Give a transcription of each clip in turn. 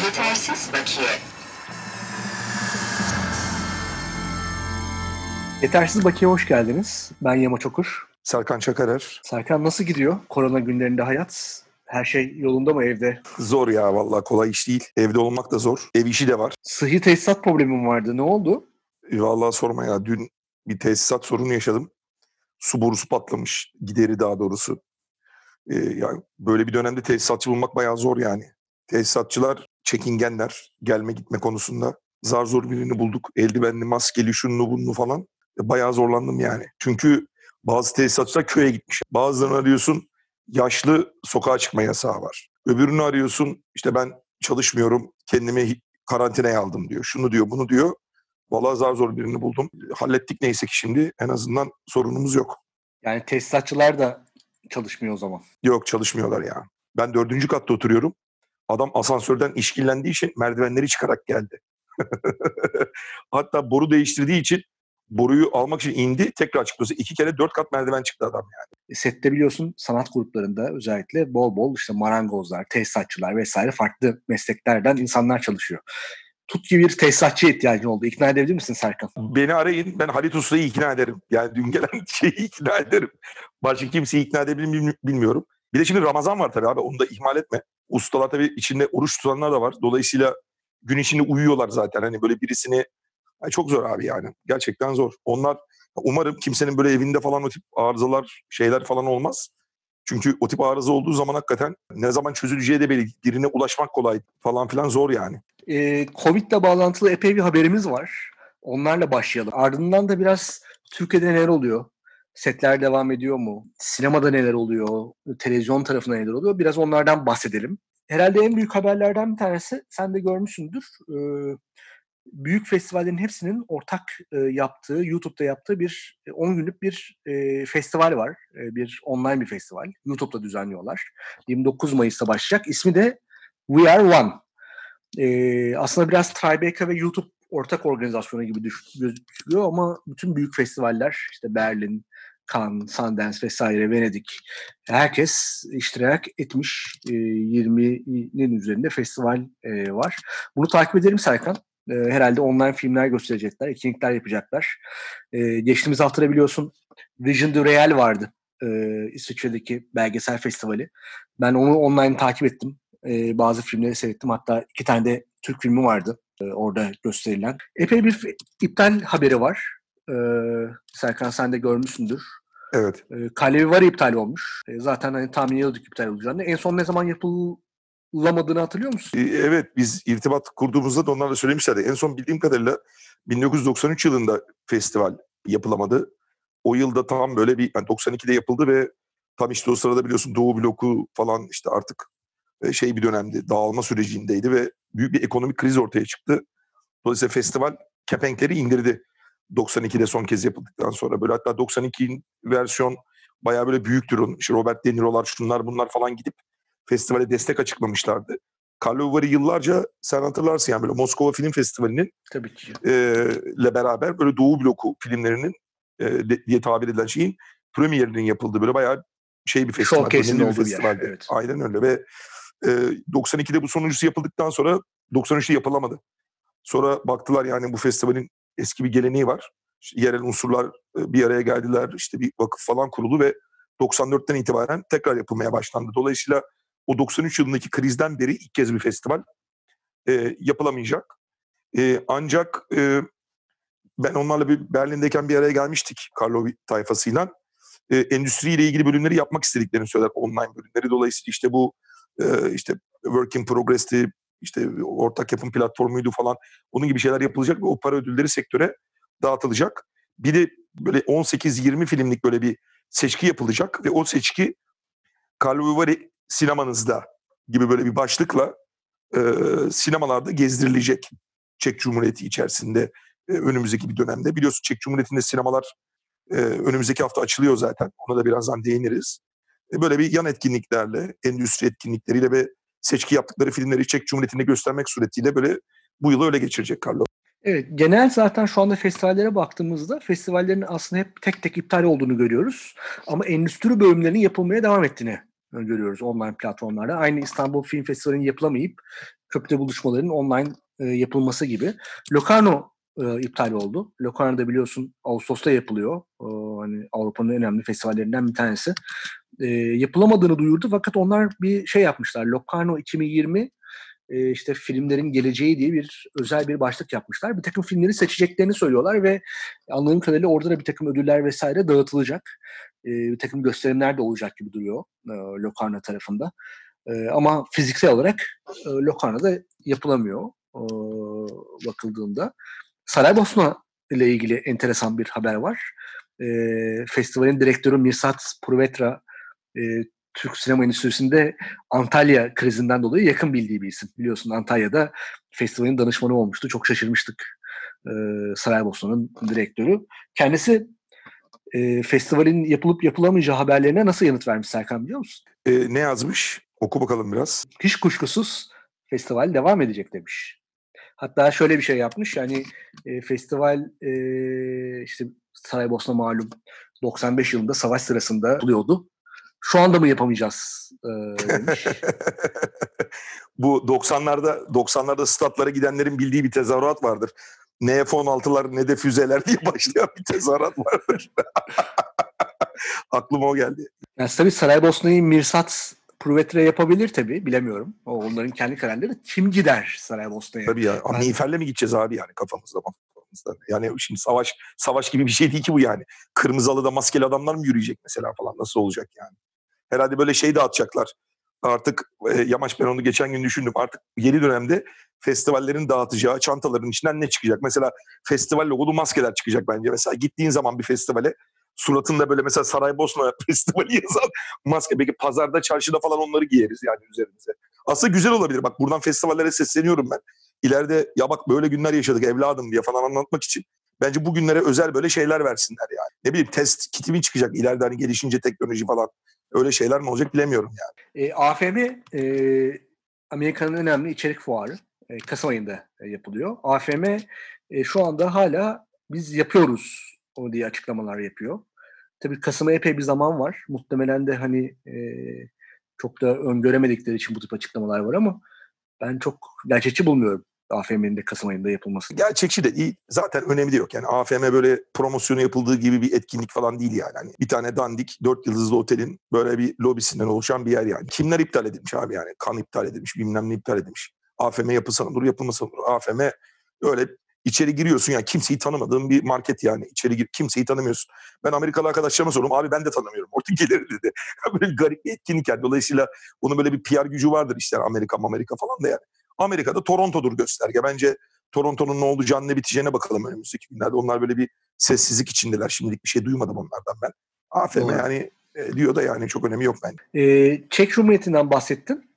Yetersiz bakiye. Yetersiz Bakiye hoş geldiniz. Ben Yamaç Okur. Serkan Çakarer. Serkan nasıl gidiyor? Korona günlerinde hayat. Her şey yolunda mı evde? Zor ya vallahi kolay iş değil. Evde olmak da zor. Ev işi de var. Sıhhi tesisat problemim vardı. Ne oldu? Vallahi sorma ya. Dün bir tesisat sorunu yaşadım. Su borusu patlamış. Gideri daha doğrusu. Yani böyle bir dönemde tesisatçı bulmak bayağı zor yani. Tesisatçılar çekingenler gelme gitme konusunda. Zar zor birini bulduk. Eldivenli, maskeli, şunlu bunlu falan. Bayağı zorlandım yani. Çünkü bazı tesisatçılar köye gitmiş. Bazılarını arıyorsun yaşlı, sokağa çıkma yasağı var. Öbürünü arıyorsun işte ben çalışmıyorum, kendimi karantinaya aldım diyor. Şunu diyor, bunu diyor. Vallahi zar zor birini buldum. Hallettik neyse ki şimdi en azından sorunumuz yok. Yani tesisatçılar da çalışmıyor o zaman. Yok çalışmıyorlar ya. Ben 4. katta oturuyorum. Adam asansörden işkillendiği için merdivenleri çıkarak geldi. Hatta boru değiştirdiği için boruyu almak için indi. Tekrar çıktı. 2 kere 4 kat merdiven çıktı adam yani. Sette biliyorsun sanat gruplarında özellikle bol bol işte marangozlar, tesisatçılar vesaire farklı mesleklerden insanlar çalışıyor. Tut gibi bir tesisatçıya ihtiyacın oldu. İkna edebilir misin Serkan? Beni arayın. Ben Halit Usta'yı ikna ederim. Yani dün gelen şeyi ikna ederim. Başka kimseyi ikna edebilir miyim bilmiyorum. Bir de şimdi Ramazan var tabii abi. Onu da ihmal etme. Ustalar tabii içinde oruç tutanlar da var. Dolayısıyla gün içinde uyuyorlar zaten. Hani böyle birisini... Yani çok zor abi yani. Gerçekten zor. Onlar umarım kimsenin böyle evinde falan o tip arızalar, şeyler falan olmaz. Çünkü o tip arıza olduğu zaman hakikaten ne zaman çözüleceği de belli. Birine ulaşmak kolay falan filan zor yani. Covid'le bağlantılı epey bir haberimiz var. Onlarla başlayalım. Ardından da biraz Türkiye'de neler oluyor? Setler devam ediyor mu? Sinemada neler oluyor? Televizyon tarafında neler oluyor? Biraz onlardan bahsedelim. Herhalde en büyük haberlerden bir tanesi, sen de görmüşsündür. Büyük festivallerin hepsinin ortak yaptığı, YouTube'da yaptığı bir 10 günlük bir festival var. Bir online bir festival. YouTube'da düzenliyorlar. 29 Mayıs'ta başlayacak. İsmi de We Are One. Aslında biraz Tribeca ve YouTube ortak organizasyonu gibi gözüküyor ama bütün büyük festivaller işte Berlin, Cannes, Sundance vesaire, Venedik herkes iştirak etmiş. 20'nin üzerinde festival var. Bunu takip edelim Serkan. Herhalde online filmler gösterecekler, etkinlikler yapacaklar. Geçtiğimiz hafta biliyorsun Vision de Real vardı. İsviçre'deki belgesel festivali. Ben onu online takip ettim. Bazı filmleri seyrettim. Hatta 2 tane de Türk filmi vardı orada gösterilen. Epey bir iptal haberi var. Serkan sen de görmüşsündür. Evet. Kalevivari iptal olmuş. Zaten hani tahmin ediyorduk iptal olacağını. En son ne zaman yapılamadığını hatırlıyor musun? Evet, biz irtibat kurduğumuzda da onlar da söylemişlerdi. En son bildiğim kadarıyla 1993 yılında festival yapılamadı. O yılda tam böyle bir yani 92'de yapıldı ve tam işte o sırada biliyorsun Doğu bloku falan işte artık şey bir dönemdi. Dağılma sürecindeydi ve büyük bir ekonomik kriz ortaya çıktı. Dolayısıyla festival kepenkleri indirdi. 92'de son kez yapıldıktan sonra böyle hatta 92'nin versiyon bayağı böyle büyüktür onun. İşte Robert De Niro'lar şunlar bunlar falan gidip festivale destek açıklamışlardı. Karlovy yıllarca sen hatırlarsın yani böyle Moskova Film Festivali'nin Tabii ki. ile beraber böyle Doğu bloku filmlerinin diye tabir edilen şeyin premierinin yapıldığı böyle bayağı şey bir festival. Showcase'in olduğu bir yer. Evet. Aynen öyle ve 92'de bu sonuncusu yapıldıktan sonra 93'te yapılamadı. Sonra baktılar yani bu festivalin eski bir geleneği var. İşte yerel unsurlar bir araya geldiler. İşte bir vakıf falan kuruldu ve 94'ten itibaren tekrar yapılmaya başlandı. Dolayısıyla o 93 yılındaki krizden beri ilk kez bir festival yapılamayacak. Ancak ben onlarla bir Berlin'deyken bir araya gelmiştik Karlovy tayfasıyla. Endüstriyle ilgili bölümleri yapmak istediklerini söyler, online bölümleri. Dolayısıyla işte bu işte Work in Progress'ti, işte ortak yapım platformuydu falan. Onun gibi şeyler yapılacak ve o para ödülleri sektöre dağıtılacak. Bir de böyle 18-20 filmlik böyle bir seçki yapılacak ve o seçki Karlovy sinemanızda gibi böyle bir başlıkla sinemalarda gezdirilecek Çek Cumhuriyeti içerisinde önümüzdeki bir dönemde. Biliyorsun Çek Cumhuriyeti'nde sinemalar önümüzdeki hafta açılıyor zaten. Ona da birazdan değiniriz. Böyle bir yan etkinliklerle, endüstri etkinlikleriyle ve seçki yaptıkları filmleri Çek Cumhuriyeti'nde göstermek suretiyle böyle bu yılı öyle geçirecek Carlo. Evet, genel zaten şu anda festivallere baktığımızda festivallerin aslında hep tek tek iptal olduğunu görüyoruz. Ama endüstri bölümlerinin yapılmaya devam ettiğini görüyoruz online platformlarda. Aynı İstanbul Film Festivali'nin yapılamayıp köprüde buluşmaların online yapılması gibi. Locarno iptal oldu. Locarno da biliyorsun Ağustos'ta yapılıyor. Hani Avrupa'nın önemli festivallerinden bir tanesi. Yapılamadığını duyurdu fakat onlar bir şey yapmışlar. Locarno 2020 işte filmlerin geleceği diye özel bir başlık yapmışlar. Bir takım filmleri seçeceklerini söylüyorlar ve anladığım kadarıyla orada da bir takım ödüller vesaire dağıtılacak. Bir takım gösterimler de olacak gibi duruyor Locarno tarafında. Ama fiziksel olarak Locarno'da yapılamıyor bakıldığında. Saraybosna ile ilgili enteresan bir haber var. Festivalin direktörü Mirsad Purvetra Türk sinema endüstrisinde Antalya krizinden dolayı yakın bildiği bir isim. Biliyorsun Antalya'da festivalin danışmanı olmuştu. Çok şaşırmıştık Saraybosna'nın direktörü. Kendisi festivalin yapılıp yapılamayacağı haberlerine nasıl yanıt vermiş Serkan biliyor musun? Ne yazmış? Oku bakalım biraz. Hiç kuşkusuz festival devam edecek demiş. Hatta şöyle bir şey yapmış. Yani festival işte Saraybosna malum 95 yılında savaş sırasında oluyordu. Şu anda mı yapamayacağız demiş. Bu 90'larda statlara gidenlerin bildiği bir tezahürat vardır. Ne F-16'lar ne de füzeler diye başlayan bir tezahürat vardır. Aklıma o geldi. Yani tabii Saraybosna'yı Mirsat Purvetre yapabilir tabii. Bilemiyorum. Onların kendi kararları. Kim gider Saraybosna'ya? Tabii ya. Miğferle mi gideceğiz abi yani kafamızda? Yani şimdi savaş gibi bir şey değil ki bu yani. Kırmızı halıda maskeli adamlar mı yürüyecek mesela falan? Nasıl olacak yani? Herhalde böyle şey dağıtacaklar. Artık Yamaç ben onu geçen gün düşündüm. Artık yeni dönemde festivallerin dağıtacağı çantaların içinden ne çıkacak? Mesela festival logolu maskeler çıkacak bence. Mesela gittiğin zaman bir festivale suratında böyle mesela Saraybosna Festivali yazan maske. Peki pazarda, çarşıda falan onları giyeriz yani üzerimize. Aslında güzel olabilir. Bak buradan festivallere sesleniyorum ben. İleride ya bak böyle günler yaşadık evladım diye falan anlatmak için. Bence bu günlere özel böyle şeyler versinler yani. Ne bileyim test kiti mi çıkacak ileride hani gelişince teknoloji falan. Öyle şeyler mi olacak bilemiyorum yani. AFM Amerika'nın önemli içerik fuarı. Kasım ayında yapılıyor. AFM şu anda hala biz yapıyoruz o diye açıklamalar yapıyor. Tabii Kasım'a epey bir zaman var. Muhtemelen de hani çok da öngöremedikleri için bu tip açıklamalar var ama ben çok gerçekçi bulmuyorum AFM'nin de Kasım ayında yapılması. Gerçekçi de değil. Zaten önemi de yok. Yani AFM böyle promosyonu yapıldığı gibi bir etkinlik falan değil yani. Hani bir tane dandik 4 yıldızlı otelin böyle bir lobisinden oluşan bir yer yani. Kimler iptal edilmiş abi yani? Kan iptal edilmiş, bilmem ne iptal edilmiş. AFM yapılsa olur, yapılmasa olur. AFM öyle içeri giriyorsun yani kimseyi tanımadığın bir market yani. İçeri gir, kimseyi tanımıyorsun. Ben Amerikalı arkadaşlarıma sordum. Abi ben de tanımıyorum. Oradakileri dedi. Böyle garip bir etkinlik yani. Dolayısıyla bunun böyle bir PR gücü vardır işte Amerika falan da yani. Amerika'da Toronto'dur gösterge. Bence Toronto'nun ne olacağını ne biteceğine bakalım önümüzdeki günlerde. Onlar böyle bir sessizlik içindeler. Şimdilik bir şey duymadım onlardan ben. AFM Doğru. yani diyor da yani çok önemi yok bence. Çek Cumhuriyeti'nden bahsettin.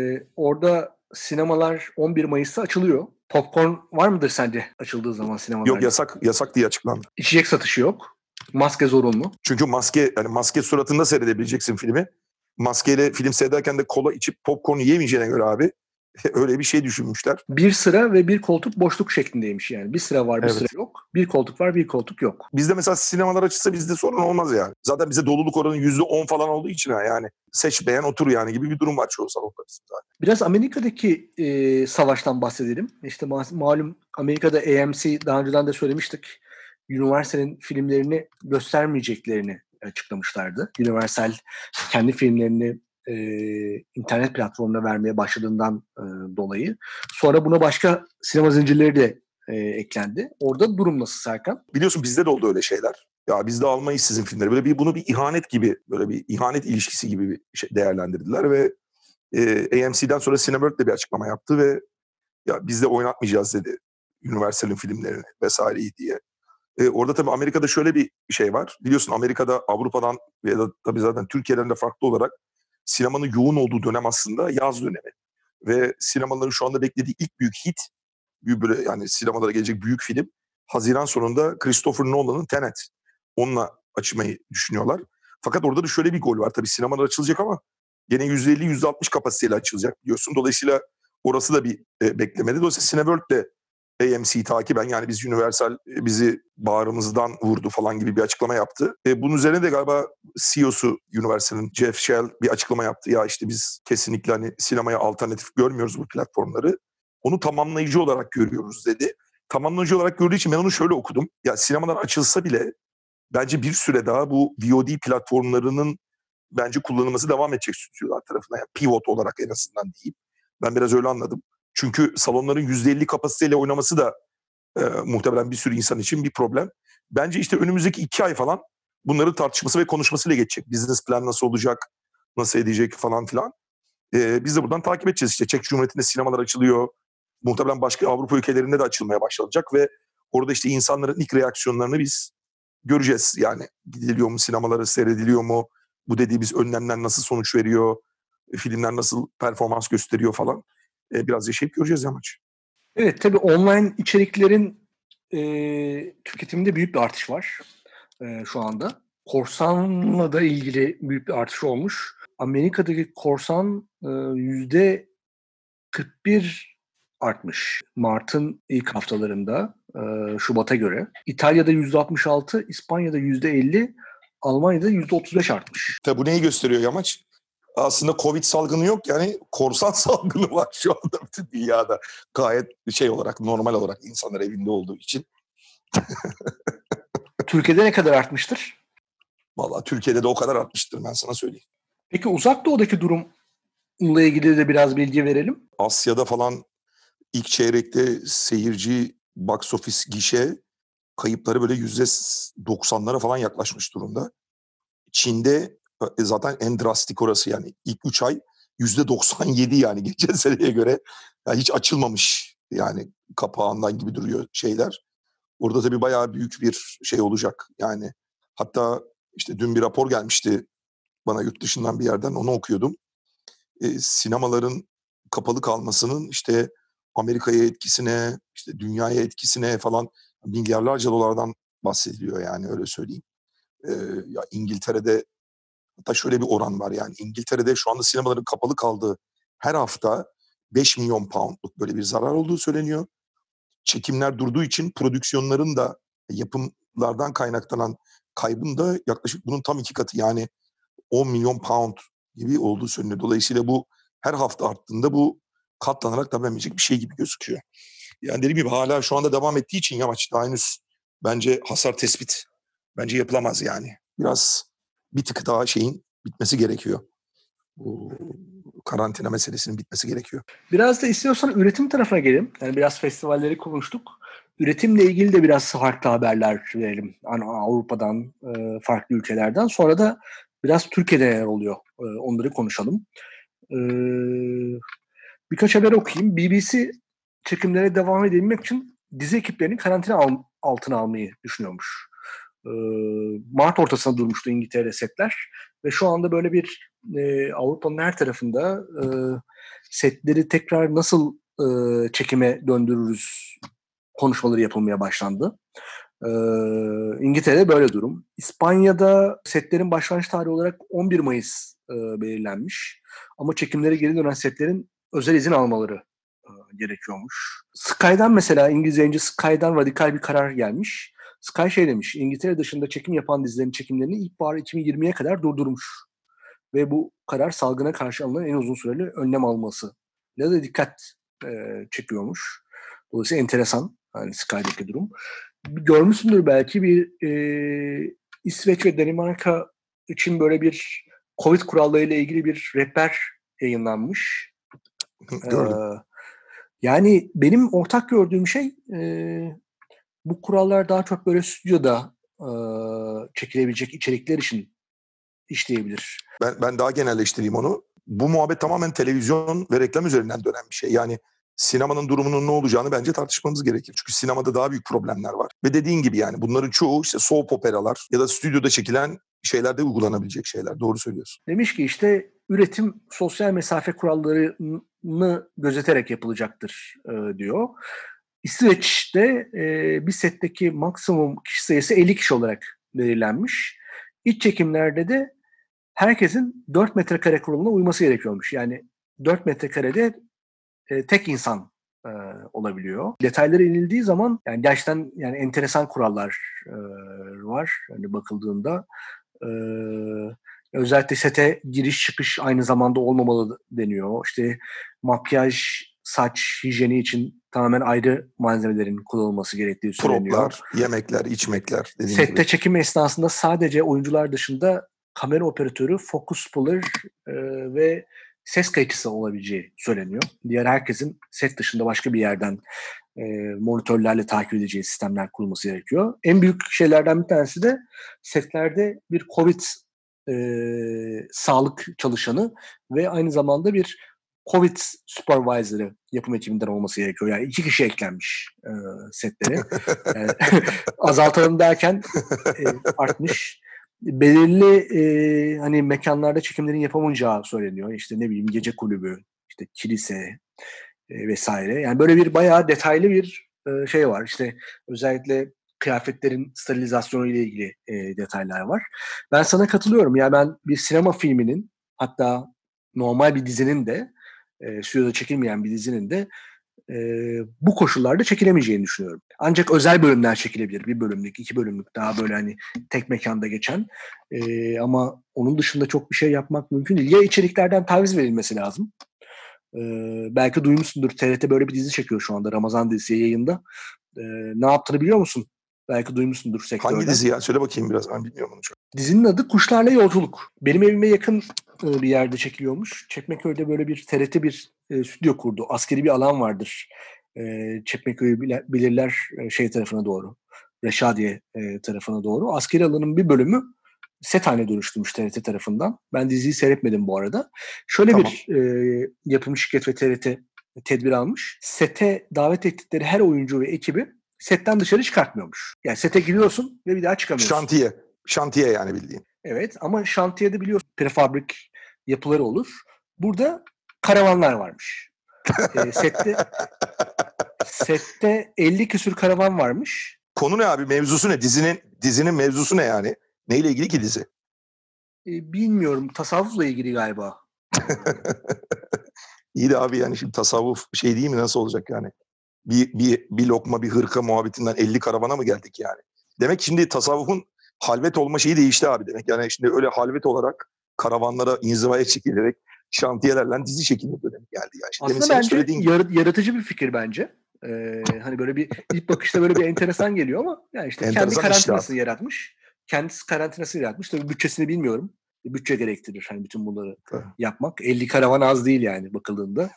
Orada sinemalar 11 Mayıs'ta açılıyor. Popcorn var mıdır sence açıldığı zaman sinemalarda? Yok yasak diye açıklandı. İçecek satışı yok. Maske zorunlu. Çünkü maske suratında seyredebileceksin filmi. Maskeyle film seyrederken de kola içip popcorn yemeyeceğine göre abi öyle bir şey düşünmüşler. Bir sıra ve bir koltuk boşluk şeklindeymiş yani. Bir sıra var, bir Evet. sıra yok. Bir koltuk var, bir koltuk yok. Bizde mesela sinemalar açılsa bizde sorun olmaz yani. Zaten bize doluluk oranı %10 falan olduğu için yani seç beğen otur yani gibi bir durum var çoğu salonda zaten. Biraz Amerika'daki savaştan bahsedelim. İşte malum Amerika'da AMC daha önceden de söylemiştik. Universal'in filmlerini göstermeyeceklerini açıklamışlardı. Universal kendi filmlerini internet platformuna vermeye başladığından dolayı. Sonra buna başka sinema zincirleri de eklendi. Orada durum nasıl Serkan? Biliyorsun bizde de oldu öyle şeyler. Ya biz de almayız sizin filmleri. Böyle bunu bir ihanet gibi, böyle bir ihanet ilişkisi gibi bir şey değerlendirdiler ve AMC'den sonra Cineworld de bir açıklama yaptı ve ya biz de oynatmayacağız dedi Universal'in filmlerini vesaireyi diye. Orada tabii Amerika'da şöyle bir şey var. Biliyorsun Amerika'da Avrupa'dan ya da tabii zaten Türkiye'den de farklı olarak sinemanın yoğun olduğu dönem aslında yaz dönemi. Ve sinemaların şu anda beklediği ilk büyük hit, böyle yani sinemalara gelecek büyük film Haziran sonunda Christopher Nolan'ın Tenet. Onunla açmayı düşünüyorlar. Fakat orada da şöyle bir gol var. Tabii sinemalar açılacak ama gene %50-%60 kapasiteyle açılacak biliyorsun. Dolayısıyla orası da bir beklemedi. Dolayısıyla Cineworld de AMC takiben yani biz Universal bizi bağrımızdan vurdu falan gibi bir açıklama yaptı. Bunun üzerine de galiba CEO'su Universal'ın Jeff Shell bir açıklama yaptı. Ya işte biz kesinlikle hani sinemaya alternatif görmüyoruz bu platformları. Onu tamamlayıcı olarak görüyoruz dedi. Tamamlayıcı olarak gördüğü için ben onu şöyle okudum. Ya sinemalar açılsa bile bence bir süre daha bu VOD platformlarının bence kullanılması devam edecek stüdyolar tarafından. Yani pivot olarak en azından diyeyim. Ben biraz öyle anladım. Çünkü salonların %50 kapasiteyle oynaması da muhtemelen bir sürü insan için bir problem. Bence işte önümüzdeki 2 ay falan bunların tartışması ve konuşmasıyla geçecek. Business plan nasıl olacak, nasıl edecek falan filan. Biz de buradan takip edeceğiz işte. Çek Cumhuriyeti'nde sinemalar açılıyor. Muhtemelen başka Avrupa ülkelerinde de açılmaya başlanacak ve orada işte insanların ilk reaksiyonlarını biz göreceğiz. Yani gidiliyor mu sinemalara, seyrediliyor mu? Bu dediğimiz önlemler nasıl sonuç veriyor? Filmler nasıl performans gösteriyor falan. Biraz yaşayıp göreceğiz Yamaç. Evet, tabii online içeriklerin tüketiminde büyük bir artış var şu anda. Korsanla da ilgili büyük bir artış olmuş. Amerika'daki korsan %41 artmış Mart'ın ilk haftalarında Şubat'a göre. İtalya'da %66, İspanya'da %50, Almanya'da %35 artmış. Tabi bu neyi gösteriyor Yamaç? Aslında Covid salgını yok yani korsan salgını var şu anda bütün dünyada. Gayet olarak normal olarak insanlar evinde olduğu için. Türkiye'de ne kadar artmıştır? Vallahi Türkiye'de de o kadar artmıştır ben sana söyleyeyim. Peki Uzak Doğu'daki durumla ilgili de biraz bilgi verelim. Asya'da falan ilk çeyrekte seyirci box office gişe kayıpları böyle %90'lara falan yaklaşmış durumda. Çin'de zaten en drastik orası yani ilk 3 ay %97 yani geçen seneye göre yani hiç açılmamış yani kapağından gibi duruyor şeyler. Orada tabii bayağı büyük bir şey olacak yani. Hatta işte dün bir rapor gelmişti bana yurt dışından bir yerden onu okuyordum. Sinemaların kapalı kalmasının işte Amerika'ya etkisine, işte dünyaya etkisine falan milyarlarca dolardan bahsediliyor yani öyle söyleyeyim. Ya İngiltere'de hatta şöyle bir oran var yani İngiltere'de şu anda sinemaların kapalı kaldığı her hafta 5 milyon poundluk böyle bir zarar olduğu söyleniyor. Çekimler durduğu için prodüksiyonların da yapımlardan kaynaklanan kaybın da yaklaşık bunun tam 2 katı yani 10 milyon pound gibi olduğu söyleniyor. Dolayısıyla bu her hafta arttığında bu katlanarak devam edecek bir şey gibi gözüküyor. Yani dediğim gibi hala şu anda devam ettiği için yamaç daha henüz bence hasar tespit bence yapılamaz yani. Biraz bir tık daha şeyin bitmesi gerekiyor. Bu karantina meselesinin bitmesi gerekiyor. Biraz da istiyorsan üretim tarafına gelelim. Yani biraz festivalleri konuştuk. Üretimle ilgili de biraz farklı haberler verelim. Yani Avrupa'dan, farklı ülkelerden. Sonra da biraz Türkiye'de neler oluyor onları konuşalım. Birkaç haber okuyayım. BBC çekimlere devam edebilmek için dizi ekiplerini karantina altına almayı düşünüyormuş. Mart ortasına durmuştu İngiltere'de setler ve şu anda böyle bir Avrupa'nın her tarafında setleri tekrar nasıl çekime döndürürüz konuşmaları yapılmaya başlandı. İngiltere'de böyle durum. İspanya'da setlerin başlangıç tarihi olarak 11 Mayıs belirlenmiş. Ama çekimlere geri dönen setlerin özel izin almaları gerekiyormuş. Sky'dan mesela İngilizce Sky'dan radikal bir karar gelmiş. Sky şey demiş, İngiltere dışında çekim yapan dizilerin çekimlerini ilkbahar 2020'ye kadar durdurmuş. Ve bu karar salgına karşı alınan en uzun süreli önlem alması ya da dikkat çekiyormuş. Dolayısıyla enteresan yani Sky'daki durum. Görmüşsündür belki bir İsveç ve Danimarka için böyle bir Covid kurallarıyla ilgili bir rehber yayınlanmış. Gördüm. Yani benim ortak gördüğüm şey bu kurallar daha çok böyle stüdyoda çekilebilecek içerikler için işleyebilir. Ben daha genelleştireyim onu. Bu muhabbet tamamen televizyon ve reklam üzerinden dönen bir şey. Yani sinemanın durumunun ne olacağını bence tartışmamız gerekir. Çünkü sinemada daha büyük problemler var. Ve dediğin gibi yani bunların çoğu işte soap operalar ya da stüdyoda çekilen şeylerde uygulanabilecek şeyler. Doğru söylüyorsun. Demiş ki işte üretim sosyal mesafe kurallarını gözeterek yapılacaktır diyor. İsveç'te bir setteki maksimum kişi sayısı 50 kişi olarak belirlenmiş. İç çekimlerde de herkesin 4 metrekare kuralına uyması gerekiyormuş. Yani 4 metrekarede tek insan olabiliyor. Detaylara inildiği zaman yani gerçekten yani enteresan kurallar var. Hani bakıldığında özellikle sete giriş çıkış aynı zamanda olmamalı deniyor. İşte makyaj, saç hijyeni için tamamen ayrı malzemelerin kullanılması gerektiği söyleniyor. Proplar, yemekler, içmekler dediğim Sette gibi. çekim esnasında sadece oyuncular dışında kamera operatörü, focus puller ve ses kayıtçısı olabileceği söyleniyor. Diğer herkesin set dışında başka bir yerden monitörlerle takip edeceği sistemler kurulması gerekiyor. En büyük şeylerden bir tanesi de setlerde bir COVID sağlık çalışanı ve aynı zamanda bir COVID supervisor'ı yapım ekibinden olması gerekiyor. Yani 2 kişi eklenmiş setlere. Yani, azaltalım derken artmış. Belirli hani mekanlarda çekimlerin yapamayacağı söyleniyor. İşte ne bileyim gece kulübü, işte kilise vesaire. Yani böyle bir bayağı detaylı bir şey var. İşte özellikle kıyafetlerin sterilizasyonu ile ilgili detaylar var. Ben sana katılıyorum. Yani ben bir sinema filminin hatta normal bir dizinin de stüdyoda çekilmeyen bir dizinin de bu koşullarda çekilemeyeceğini düşünüyorum. Ancak özel bölümler çekilebilir. 1 bölümlük, 2 bölümlük daha böyle hani tek mekanda geçen. Ama onun dışında çok bir şey yapmak mümkün değil. Ya içeriklerden taviz verilmesi lazım. Belki duymuşsundur. TRT böyle bir dizi çekiyor şu anda. Ramazan dizisi yayında. Ne yaptığını biliyor musun? Belki duymuşsundur sektörden. Hangi dizi ya? Söyle bakayım biraz. Ben bilmiyorum onu çok. Dizinin adı Kuşlarla Yolculuk. Benim evime yakın bir yerde çekiliyormuş. Çekmeköy'de böyle bir TRT bir stüdyo kurdu. Askeri bir alan vardır. Çekmeköy'ü bilirler şey tarafına doğru. Reşadiye tarafına doğru. Askeri alanın bir bölümü set haline dönüştürmüş TRT tarafından. Ben diziyi seyretmedim bu arada. Şöyle Tamam. bir yapım şirket ve TRT tedbir almış. Sete davet ettikleri her oyuncu ve ekibi setten dışarı çıkartmıyormuş. Yani sete giriyorsun ve bir daha çıkamıyorsun. Şantiye. Şantiye yani bildiğin. Evet ama şantiyede biliyorsun prefabrik yapıları olur. Burada karavanlar varmış. Sette 50 küsür karavan varmış. Konu ne abi? Mevzusu ne? Dizinin mevzusu ne yani? Neyle ilgili ki dizi? Bilmiyorum. Tasavvufla ilgili galiba. İyi de abi yani şimdi tasavvuf şey değil mi? Nasıl olacak yani? Bir lokma bir hırka muhabbetinden 50 karavana mı geldik yani? Demek ki şimdi tasavvufun halvet olma şeyi değişti abi demek. Yani şimdi öyle halvet olarak karavanlara inzivaya çekilerek şantiyelerle dizi çekilme dönemi geldi. Yani şimdi demin Aslında senin bence söylediğin gibi. yaratıcı bir fikir bence. Hani böyle bir ilk bakışta böyle bir enteresan geliyor ama yani işte kendi Enteresan karantinasını iştihat. yaratmış. Kendisi karantinasını yaratmış. Tabii bütçesini bilmiyorum. Bütçe gerektirir hani bütün bunları yapmak. 50 karavan az değil yani bakıldığında.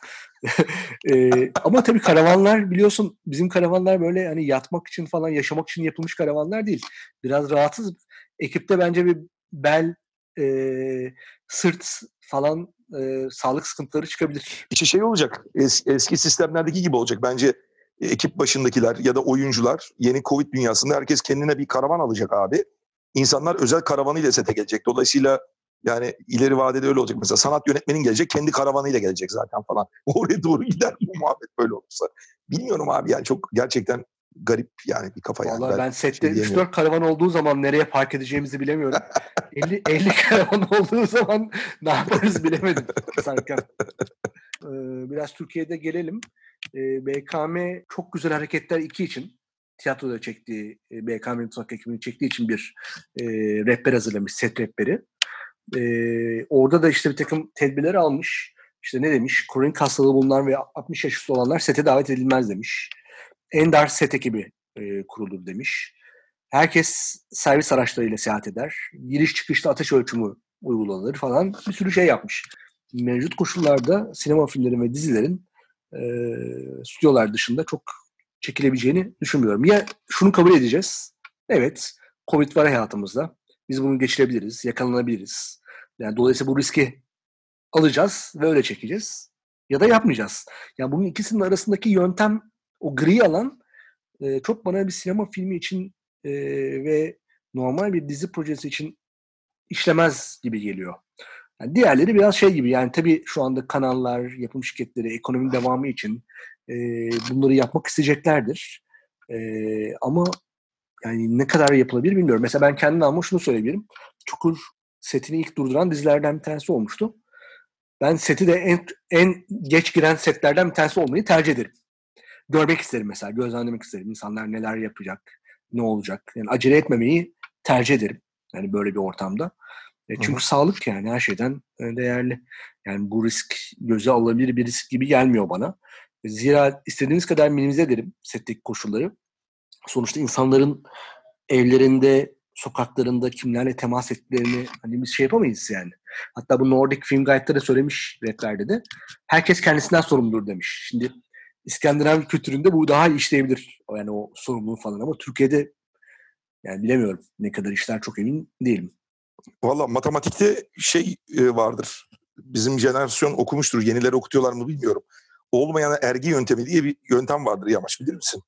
Ama tabii karavanlar biliyorsun bizim karavanlar böyle hani yatmak için falan yaşamak için yapılmış karavanlar değil. Biraz rahatsız. Ekipte bence bir bel, e, sırt falan sağlık sıkıntıları çıkabilir. İşte şey olacak, eski sistemlerdeki gibi olacak. Bence ekip başındakiler ya da oyuncular yeni Covid dünyasında herkes kendine bir karavan alacak abi. İnsanlar özel karavanıyla sete gelecek. Dolayısıyla yani ileri vadede öyle olacak. Mesela sanat yönetmenin gelecek, kendi karavanıyla gelecek zaten falan. Oraya doğru gider bu muhabbet böyle olursa. Bilmiyorum abi yani çok gerçekten garip yani bir kafa yani. Vallahi ben sette şey diyemiyorum. 3-4 karavan olduğu zaman nereye park edeceğimizi bilemiyorum. 50 karavan olduğu zaman ne yaparız bilemedim Serkan. Biraz Türkiye'de gelelim. BKM Çok Güzel Hareketler 2 için tiyatroda çektiği, BKM Mutfak ekibinin çektiği için bir rehber hazırlamış, set rehberi. Orada da işte bir takım tedbirler almış. İşte ne demiş? Kronik hastalığı bulunan ve 60 yaş üstü olanlar sete davet edilmez demiş. Ender set ekibi kurulur demiş. Herkes servis araçlarıyla seyahat eder. Giriş çıkışta ateş ölçümü uygulanır falan. Bir sürü şey yapmış. Mevcut koşullarda sinema filmleri ve dizilerin stüdyolar dışında çok çekilebileceğini düşünmüyorum. Ya şunu kabul edeceğiz. Evet, Covid var hayatımızda. Biz bunu geçirebiliriz, yakalanabiliriz. Yani dolayısıyla bu riski alacağız ve öyle çekeceğiz. Ya da yapmayacağız. Yani bunun ikisinin arasındaki yöntem, o gri alan çok bana bir sinema filmi için ve normal bir dizi projesi için işlemez gibi geliyor. Yani diğerleri biraz şey gibi yani tabii şu anda kanallar, yapım şirketleri ekonominin devamı için bunları yapmak isteyeceklerdir. Ama yani ne kadar yapılabilir bilmiyorum. Mesela ben kendim ama şunu söyleyebilirim. Çukur setini ilk durduran dizilerden bir tanesi olmuştu. Ben seti de en geç giren setlerden bir tanesi olmayı tercih ederim. görmek isterim mesela. Gözlemlemek isterim. İnsanlar neler yapacak, ne olacak. Yani acele etmemeyi tercih ederim. Yani böyle bir ortamda. Hı hı. Çünkü sağlık yani her şeyden değerli. Yani bu risk göze alınabilir bir risk gibi gelmiyor bana. Zira istediğiniz kadar minimize ederim setteki koşulları. Sonuçta insanların evlerinde, sokaklarında kimlerle temas ettiklerini hani biz şey yapamayız yani. Hatta bu Nordic Film Guide'da da söylemiş rehberde de. Herkes kendisinden sorumludur demiş. Şimdi İskandinav kültüründe bu daha iyi işleyebilir. Yani o sorumluluğu falan ama Türkiye'de yani bilemiyorum ne kadar işler çok emin değilim. Valla matematikte vardır. Bizim jenerasyon okumuştur. Yenileri okutuyorlar mı bilmiyorum. Olmayan ergi yöntemi diye bir yöntem vardır Yamaç, bilir misin?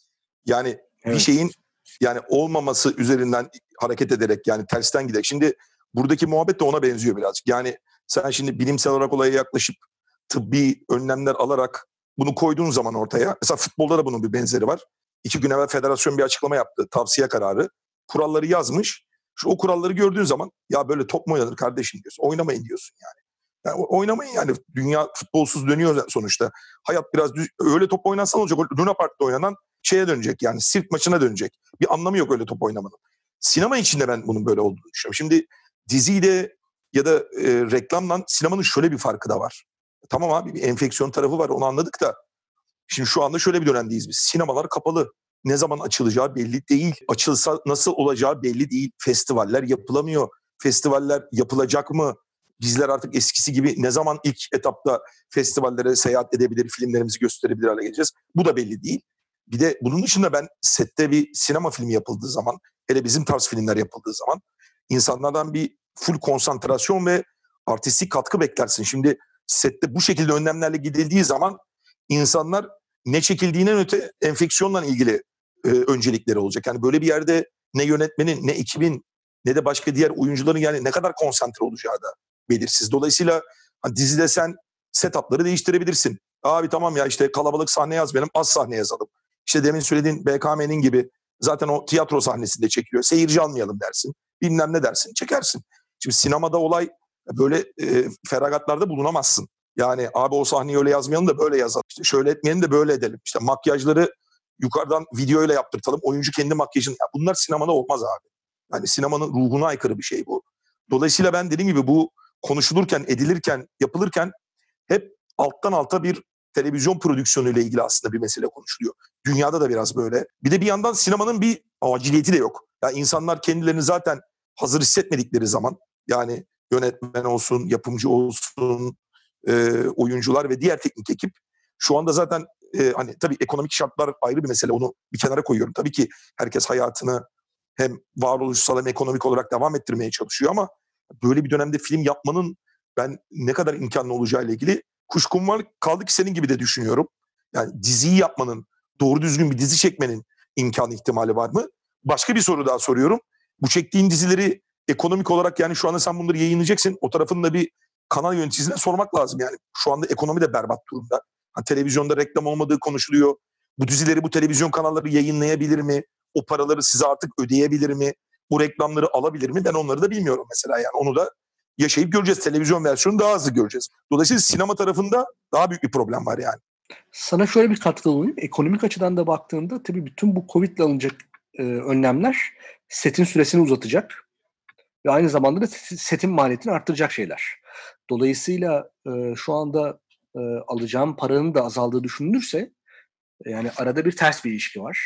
Yani bir Evet. şeyin yani olmaması üzerinden hareket ederek, yani tersten giderek. Şimdi buradaki muhabbet de ona benziyor birazcık. Yani sen şimdi bilimsel olarak olaya yaklaşıp tıbbi önlemler alarak bunu koyduğun zaman ortaya. Mesela futbolda da bunun bir benzeri var. 2 gün evvel federasyon bir açıklama yaptı. Tavsiye kararı. Kuralları yazmış. O kuralları gördüğün zaman ya böyle top mu oynanır kardeşim diyorsun. Oynamayın diyorsun yani. Yani oynamayın yani. Dünya futbolsuz dönüyor sonuçta. Hayat biraz öyle top oynansan olacak. Luna Park'ta oynanan şeye dönecek, yani sirk maçına dönecek. Bir anlamı yok öyle top oynamanın. Sinema içinde ben bunun böyle olduğunu düşünüyorum. Şimdi diziyle ya da reklamla sinemanın şöyle bir farkı da var. Tamam abi, bir enfeksiyon tarafı var, onu anladık da. Şimdi şu anda şöyle bir dönemdeyiz biz. Sinemalar kapalı. Ne zaman açılacağı belli değil. Açılsa nasıl olacağı belli değil. Festivaller yapılamıyor. Festivaller yapılacak mı? Bizler artık eskisi gibi ne zaman ilk etapta festivallere seyahat edebilir, filmlerimizi gösterebilir hale geleceğiz? Bu da belli değil. Bir de bunun dışında ben sette bir sinema filmi yapıldığı zaman, hele bizim tarz filmler yapıldığı zaman insanlardan bir full konsantrasyon ve artistik katkı beklersin. Şimdi sette bu şekilde önlemlerle gidildiği zaman insanlar ne çekildiğinden öte enfeksiyonla ilgili öncelikleri olacak. Yani böyle bir yerde ne yönetmenin, ne ekibin, ne de başka diğer oyuncuların yani ne kadar konsantre olacağı da belirsiz. Dolayısıyla dizide sen setup'ları değiştirebilirsin. Abi tamam ya, işte kalabalık sahne yazmayalım, az sahne yazalım. İşte demin söylediğin BKM'nin gibi zaten o tiyatro sahnesinde çekiliyor. Seyirci almayalım dersin. Bilmem ne dersin, çekersin. Şimdi sinemada olay böyle feragatlarda bulunamazsın. Yani abi o sahneyi öyle yazmayalım da böyle yazalım. İşte şöyle etmeyelim de böyle edelim. İşte makyajları yukarıdan videoyla yaptırtalım. Oyuncu kendi makyajını. Ya bunlar sinemada olmaz abi. Yani sinemanın ruhuna aykırı bir şey bu. Dolayısıyla ben dediğim gibi bu konuşulurken, edilirken, yapılırken hep alttan alta bir televizyon prodüksiyonu ile ilgili aslında bir mesele konuşuluyor. Dünyada da biraz böyle. Bir de bir yandan sinemanın bir aciliyeti de yok. Yani insanlar kendilerini zaten hazır hissetmedikleri zaman, yani yönetmen olsun, yapımcı olsun, oyuncular ve diğer teknik ekip şu anda zaten hani tabii ekonomik şartlar ayrı bir mesele, onu bir kenara koyuyorum. Tabii ki herkes hayatını hem varoluşsal hem ekonomik olarak devam ettirmeye çalışıyor ama böyle bir dönemde film yapmanın ben ne kadar imkanlı olacağı ile ilgili kuşkum var. Kaldı ki senin gibi de düşünüyorum. Yani diziyi yapmanın, doğru düzgün bir dizi çekmenin imkanı, ihtimali var mı? Başka bir soru daha soruyorum. Bu çektiğin dizileri ekonomik olarak, yani şu anda sen bunları yayınlayacaksın. O tarafın da bir kanal yöneticisine sormak lazım yani. Şu anda ekonomi de berbat durumda. Televizyonda reklam olmadığı konuşuluyor. Bu dizileri bu televizyon kanalları yayınlayabilir mi? O paraları size artık ödeyebilir mi? Bu reklamları alabilir mi? Ben onları da bilmiyorum mesela yani. Onu da yaşayıp göreceğiz. Televizyon versiyonu daha hızlı göreceğiz. Dolayısıyla sinema tarafında daha büyük bir problem var yani. Sana şöyle bir katkıda bulunayım. Ekonomik açıdan da baktığında tabii bütün bu Covid'le alınacak önlemler setin süresini uzatacak ve aynı zamanda da setin maliyetini arttıracak şeyler. Dolayısıyla şu anda alacağım paranın da azaldığı düşünülürse yani arada bir ters bir ilişki var.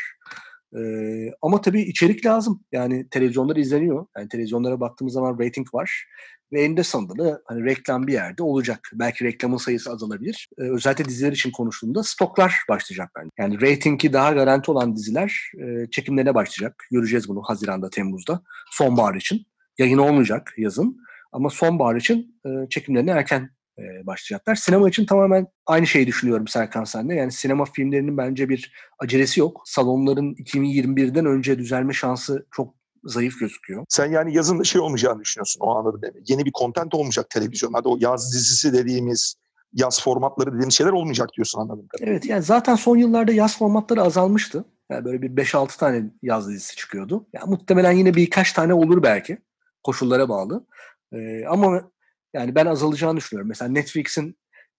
Ama tabii içerik lazım. Yani televizyonlar izleniyor. Yani televizyonlara baktığımız zaman rating var. Ve eninde sonunda da hani reklam bir yerde olacak. Belki reklamın sayısı azalabilir. Özellikle diziler için konuştuğumda stoklar başlayacak bence. Yani ratingi daha garanti olan diziler çekimlerine başlayacak. Göreceğiz bunu Haziran'da, Temmuz'da. Sonbahar için. Yayın olmayacak yazın. Ama sonbahar için çekimlerine erken başlayacaklar. Sinema için tamamen aynı şeyi düşünüyorum Serkan senle. Yani sinema filmlerinin bence bir acelesi yok. Salonların 2021'den önce düzelme şansı çok zayıf gözüküyor. Sen yani yazın olmayacağını düşünüyorsun, o anladım demek. Yeni bir content olmayacak televizyonlarda. O yaz dizisi dediğimiz, yaz formatları dediğimiz şeyler olmayacak diyorsun, anladım kadarıyla. Evet, yani zaten son yıllarda yaz formatları azalmıştı. Yani böyle bir 5-6 tane yaz dizisi çıkıyordu. Yani muhtemelen yine birkaç tane olur belki. Koşullara bağlı. Ama yani ben azalacağını düşünüyorum. Mesela Netflix'in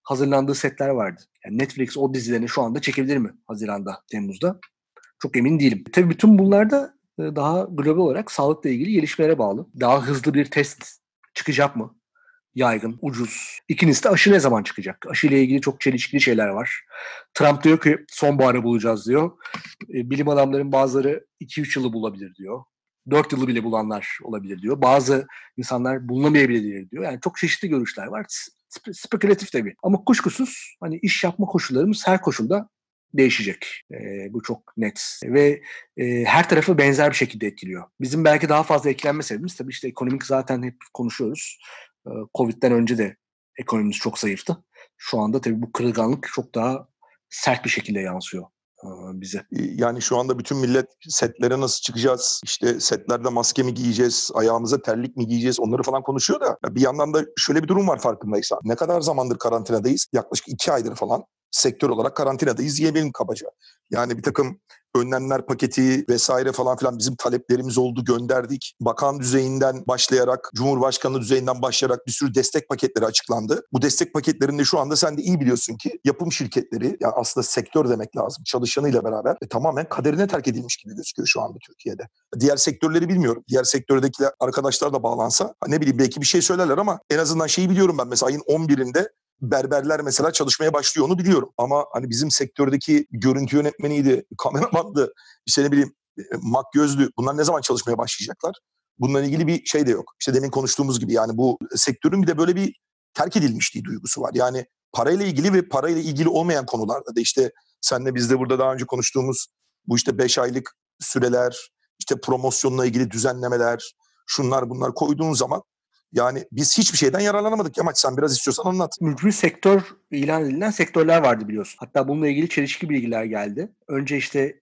hazırlandığı setler vardı. Yani Netflix o dizilerini şu anda çekebilir mi Haziran'da, Temmuz'da? Çok emin değilim. Tabii bütün bunlar da daha global olarak sağlıkla ilgili gelişmelere bağlı. Daha hızlı bir test çıkacak mı? Yaygın, ucuz. İkincisi de aşı ne zaman çıkacak? Aşı ile ilgili çok çelişkili şeyler var. Trump diyor ki sonbaharı bulacağız diyor. Bilim adamların bazıları 2-3 yılı bulabilir diyor. 4 yılı bile bulanlar olabilir diyor. Bazı insanlar bulunamayabilir diyor. Yani çok çeşitli görüşler var. Spekülatif tabii. Ama kuşkusuz hani iş yapma koşullarımız her koşulda değişecek. Bu çok net. Ve her tarafı benzer bir şekilde etkiliyor. Bizim belki daha fazla etkilenme sebebimiz tabii işte ekonomik, zaten hep konuşuyoruz. Covid'den önce de ekonomimiz çok zayıftı. Şu anda tabii bu kırılganlık çok daha sert bir şekilde yansıyor bize. Yani şu anda bütün millet setlere nasıl çıkacağız, işte setlerde maske mi giyeceğiz, ayağımıza terlik mi giyeceğiz, onları falan konuşuyor da bir yandan da şöyle bir durum var farkındaysan. Ne kadar zamandır karantinadayız? Yaklaşık 2 aydır falan sektör olarak karantinadayız diyebilirim kabaca. Yani bir takım önlemler paketi vesaire falan filan bizim taleplerimiz oldu, gönderdik. Bakan düzeyinden başlayarak, Cumhurbaşkanı düzeyinden başlayarak bir sürü destek paketleri açıklandı. Bu destek paketlerinde şu anda sen de iyi biliyorsun ki yapım şirketleri, yani aslında sektör demek lazım, çalışanıyla beraber tamamen kaderine terk edilmiş gibi gözüküyor şu anda Türkiye'de. Diğer sektörleri bilmiyorum. Diğer sektördekiler arkadaşlar da bağlansa ne bileyim belki bir şey söylerler ama en azından şeyi biliyorum ben, mesela ayın 11'inde berberler mesela çalışmaya başlıyor, onu biliyorum. Ama hani bizim sektördeki görüntü yönetmeniydi, kameramandı, işte ne bileyim makyözlü, bunlar ne zaman çalışmaya başlayacaklar? Bununla ilgili bir şey de yok. İşte demin konuştuğumuz gibi yani bu sektörün bir de böyle bir terk edilmişliği duygusu var. Yani parayla ilgili ve parayla ilgili olmayan konularda da işte senle biz de burada daha önce konuştuğumuz bu işte 5 aylık süreler, işte promosyonla ilgili düzenlemeler, şunlar bunlar koyduğun zaman yani biz hiçbir şeyden yararlanamadık. Yamaç sen biraz istiyorsan anlat. Mülkü sektör ilan edilen sektörler vardı biliyorsun. Hatta bununla ilgili çelişki bilgiler geldi. Önce işte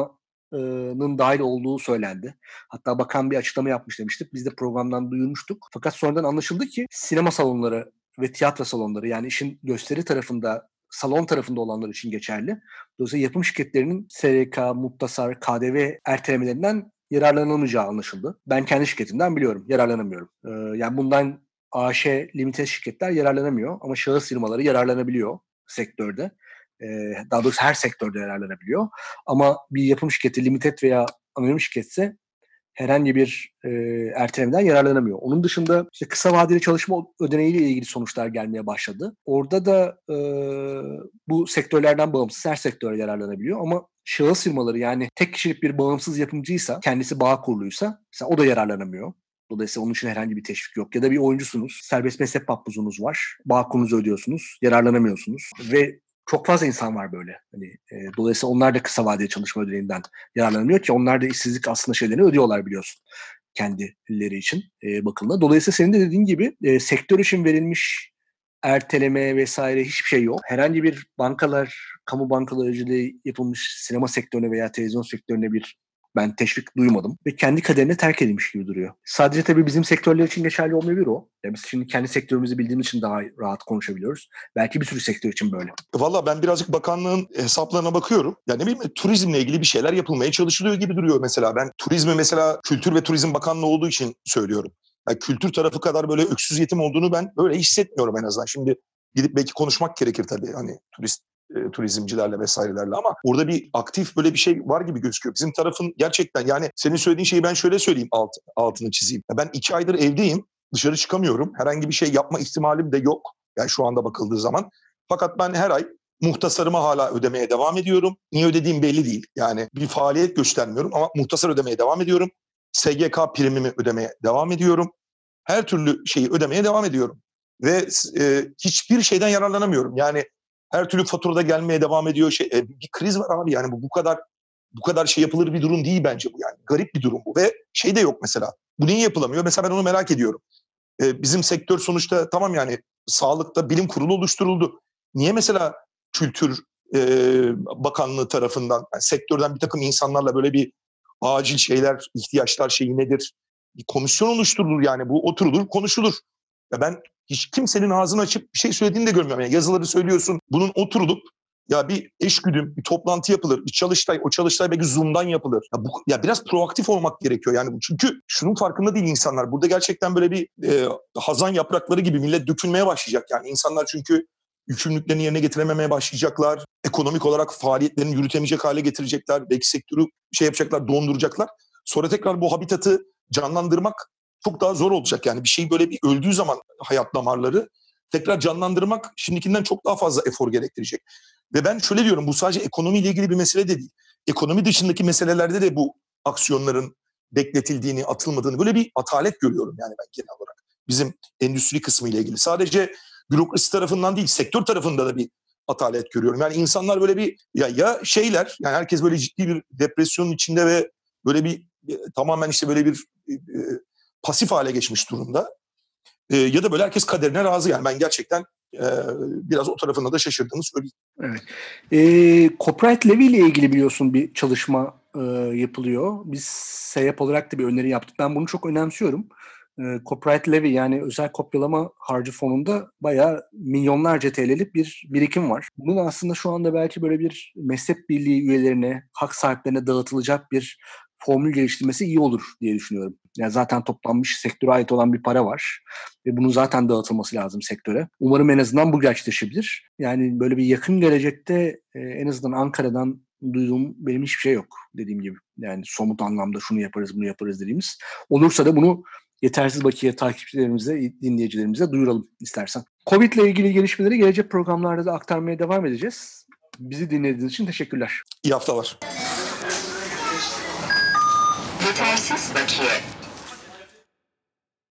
sinemanın dahil olduğu söylendi. Hatta bakan bir açıklama yapmış demiştik. Biz de programdan duyurmuştuk. Fakat sonradan anlaşıldı ki sinema salonları ve tiyatro salonları, yani işin gösteri tarafında, salon tarafında olanlar için geçerli. Dolayısıyla yapım şirketlerinin SRK, Muttasar, KDV ertelemelerinden yararlanılmayacağı anlaşıldı. Ben kendi şirketimden biliyorum, yararlanamıyorum. Yani bundan AŞ, limited şirketler yararlanamıyor ama şahıs firmaları yararlanabiliyor sektörde. Daha doğrusu her sektörde yararlanabiliyor. Ama bir yapım şirketi, limited veya anonim şirketse herhangi bir ertelemeden yararlanamıyor. Onun dışında işte kısa vadeli çalışma ödeneğiyle ilgili sonuçlar gelmeye başladı. Orada da bu sektörlerden bağımsız her sektör yararlanabiliyor ama şahıs firmaları, yani tek kişilik bir bağımsız yapımcıysa, kendisi bağ kuruluysa mesela o da yararlanamıyor. Dolayısıyla onun için herhangi bir teşvik yok. Ya da bir oyuncusunuz, serbest meslek makbuzunuz var, bağ kurunuzu ödüyorsunuz, yararlanamıyorsunuz ve çok fazla insan var böyle. Hani dolayısıyla onlar da kısa vadeli çalışma ödeneğinden yararlanamıyor ki onlar da işsizlik aslında şeylerini ödüyorlar biliyorsun kendileri için bakıldığında. Dolayısıyla senin de dediğin gibi sektör için verilmiş erteleme vesaire hiçbir şey yok. Herhangi bir bankalar, kamu bankaları aracılığıyla yapılmış sinema sektörüne veya televizyon sektörüne bir ben teşvik duymadım. Ve kendi kaderine terk edilmiş gibi duruyor. Sadece tabii bizim sektörler için geçerli olmayabilir o. Yani biz şimdi kendi sektörümüzü bildiğimiz için daha rahat konuşabiliyoruz. Belki bir sürü sektör için böyle. Valla ben birazcık bakanlığın hesaplarına bakıyorum. Yani ne bileyim turizmle ilgili bir şeyler yapılmaya çalışılıyor gibi duruyor mesela. Ben turizmi mesela Kültür ve Turizm Bakanlığı olduğu için söylüyorum. Yani kültür tarafı kadar böyle öksüz yetim olduğunu ben öyle hissetmiyorum en azından. Şimdi gidip belki konuşmak gerekir tabii hani turizmcilerle vesairelerle ama orada bir aktif böyle bir şey var gibi gözüküyor. Bizim tarafın gerçekten yani senin söylediğin şeyi ben şöyle söyleyeyim, altını çizeyim. Ben 2 aydır evdeyim, dışarı çıkamıyorum. Herhangi bir şey yapma ihtimalim de yok. Yani şu anda bakıldığı zaman. Fakat ben her ay muhtasarımı hala ödemeye devam ediyorum. Niye ödediğim belli değil. Yani bir faaliyet göstermiyorum ama muhtasar ödemeye devam ediyorum. SGK primimi ödemeye devam ediyorum. Her türlü şeyi ödemeye devam ediyorum. Ve hiçbir şeyden yararlanamıyorum. Yani her türlü faturada gelmeye devam ediyor. Bir kriz var abi, yani bu kadar şey yapılır bir durum değil bence bu yani. Garip bir durum bu ve şey de yok mesela. Bu niye yapılamıyor? Mesela ben onu merak ediyorum. Bizim sektör sonuçta tamam yani sağlıkta bilim kurulu oluşturuldu. Niye mesela Kültür Bakanlığı tarafından yani sektörden bir takım insanlarla böyle bir acil şeyler, ihtiyaçlar şeyi nedir? Bir komisyon oluşturulur yani bu oturulur, konuşulur. Ya ben hiç kimsenin ağzını açıp bir şey söylediğini de görmüyorum. Yani yazıları söylüyorsun. Bunun oturulup ya bir eşgüdüm, bir toplantı yapılır, bir çalıştay, o çalıştay belki Zoom'dan yapılır. Ya biraz proaktif olmak gerekiyor yani. Çünkü şunun farkında değil insanlar. Burada gerçekten böyle bir hazan yaprakları gibi millet dökülmeye başlayacak yani. İnsanlar çünkü yükümlülüklerini yerine getirememeye başlayacaklar. Ekonomik olarak faaliyetlerini yürütemeyecek hale getirecekler. Belki sektörü yapacaklar, donduracaklar. Sonra tekrar bu habitatı canlandırmak çok daha zor olacak. Yani bir şey böyle bir öldüğü zaman hayat damarları tekrar canlandırmak şimdikinden çok daha fazla efor gerektirecek. Ve ben şöyle diyorum, bu sadece ekonomiyle ilgili bir mesele de değil. Ekonomi dışındaki meselelerde de bu aksiyonların bekletildiğini, atılmadığını, böyle bir atalet görüyorum yani ben genel olarak. Bizim endüstri kısmı ile ilgili. Sadece bürokrasi tarafından değil, sektör tarafında da bir atalet görüyorum. Yani insanlar böyle bir ya şeyler, yani herkes böyle ciddi bir depresyonun içinde ve böyle bir tamamen işte böyle bir pasif hale geçmiş durumda. Ya da böyle herkes kaderine razı. Yani ben gerçekten biraz o tarafında da şaşırdığımı söyleyeyim. Evet. Copyright Levy ile ilgili biliyorsun bir çalışma yapılıyor. Biz SEYAP olarak da bir öneri yaptık. Ben bunu çok önemsiyorum. Copyright Levy, yani özel kopyalama harcı fonunda bayağı milyonlarca TL'lik bir birikim var. Bunun aslında şu anda belki böyle bir meslek birliği üyelerine, hak sahiplerine dağıtılacak bir formül geliştirmesi iyi olur diye düşünüyorum. Yani zaten toplanmış, sektöre ait olan bir para var ve bunun zaten dağıtılması lazım sektöre. Umarım en azından bu gerçekleşebilir. Yani böyle bir yakın gelecekte en azından Ankara'dan duyduğum benim hiçbir şey yok, dediğim gibi. Yani somut anlamda şunu yaparız, bunu yaparız dediğimiz. Olursa da bunu yetersiz bakiye takipçilerimize, dinleyicilerimize duyuralım istersen. Covid ile ilgili gelişmeleri gelecek programlarda da aktarmaya devam edeceğiz. Bizi dinlediğiniz için teşekkürler. İyi haftalar. Yetersiz bakiye.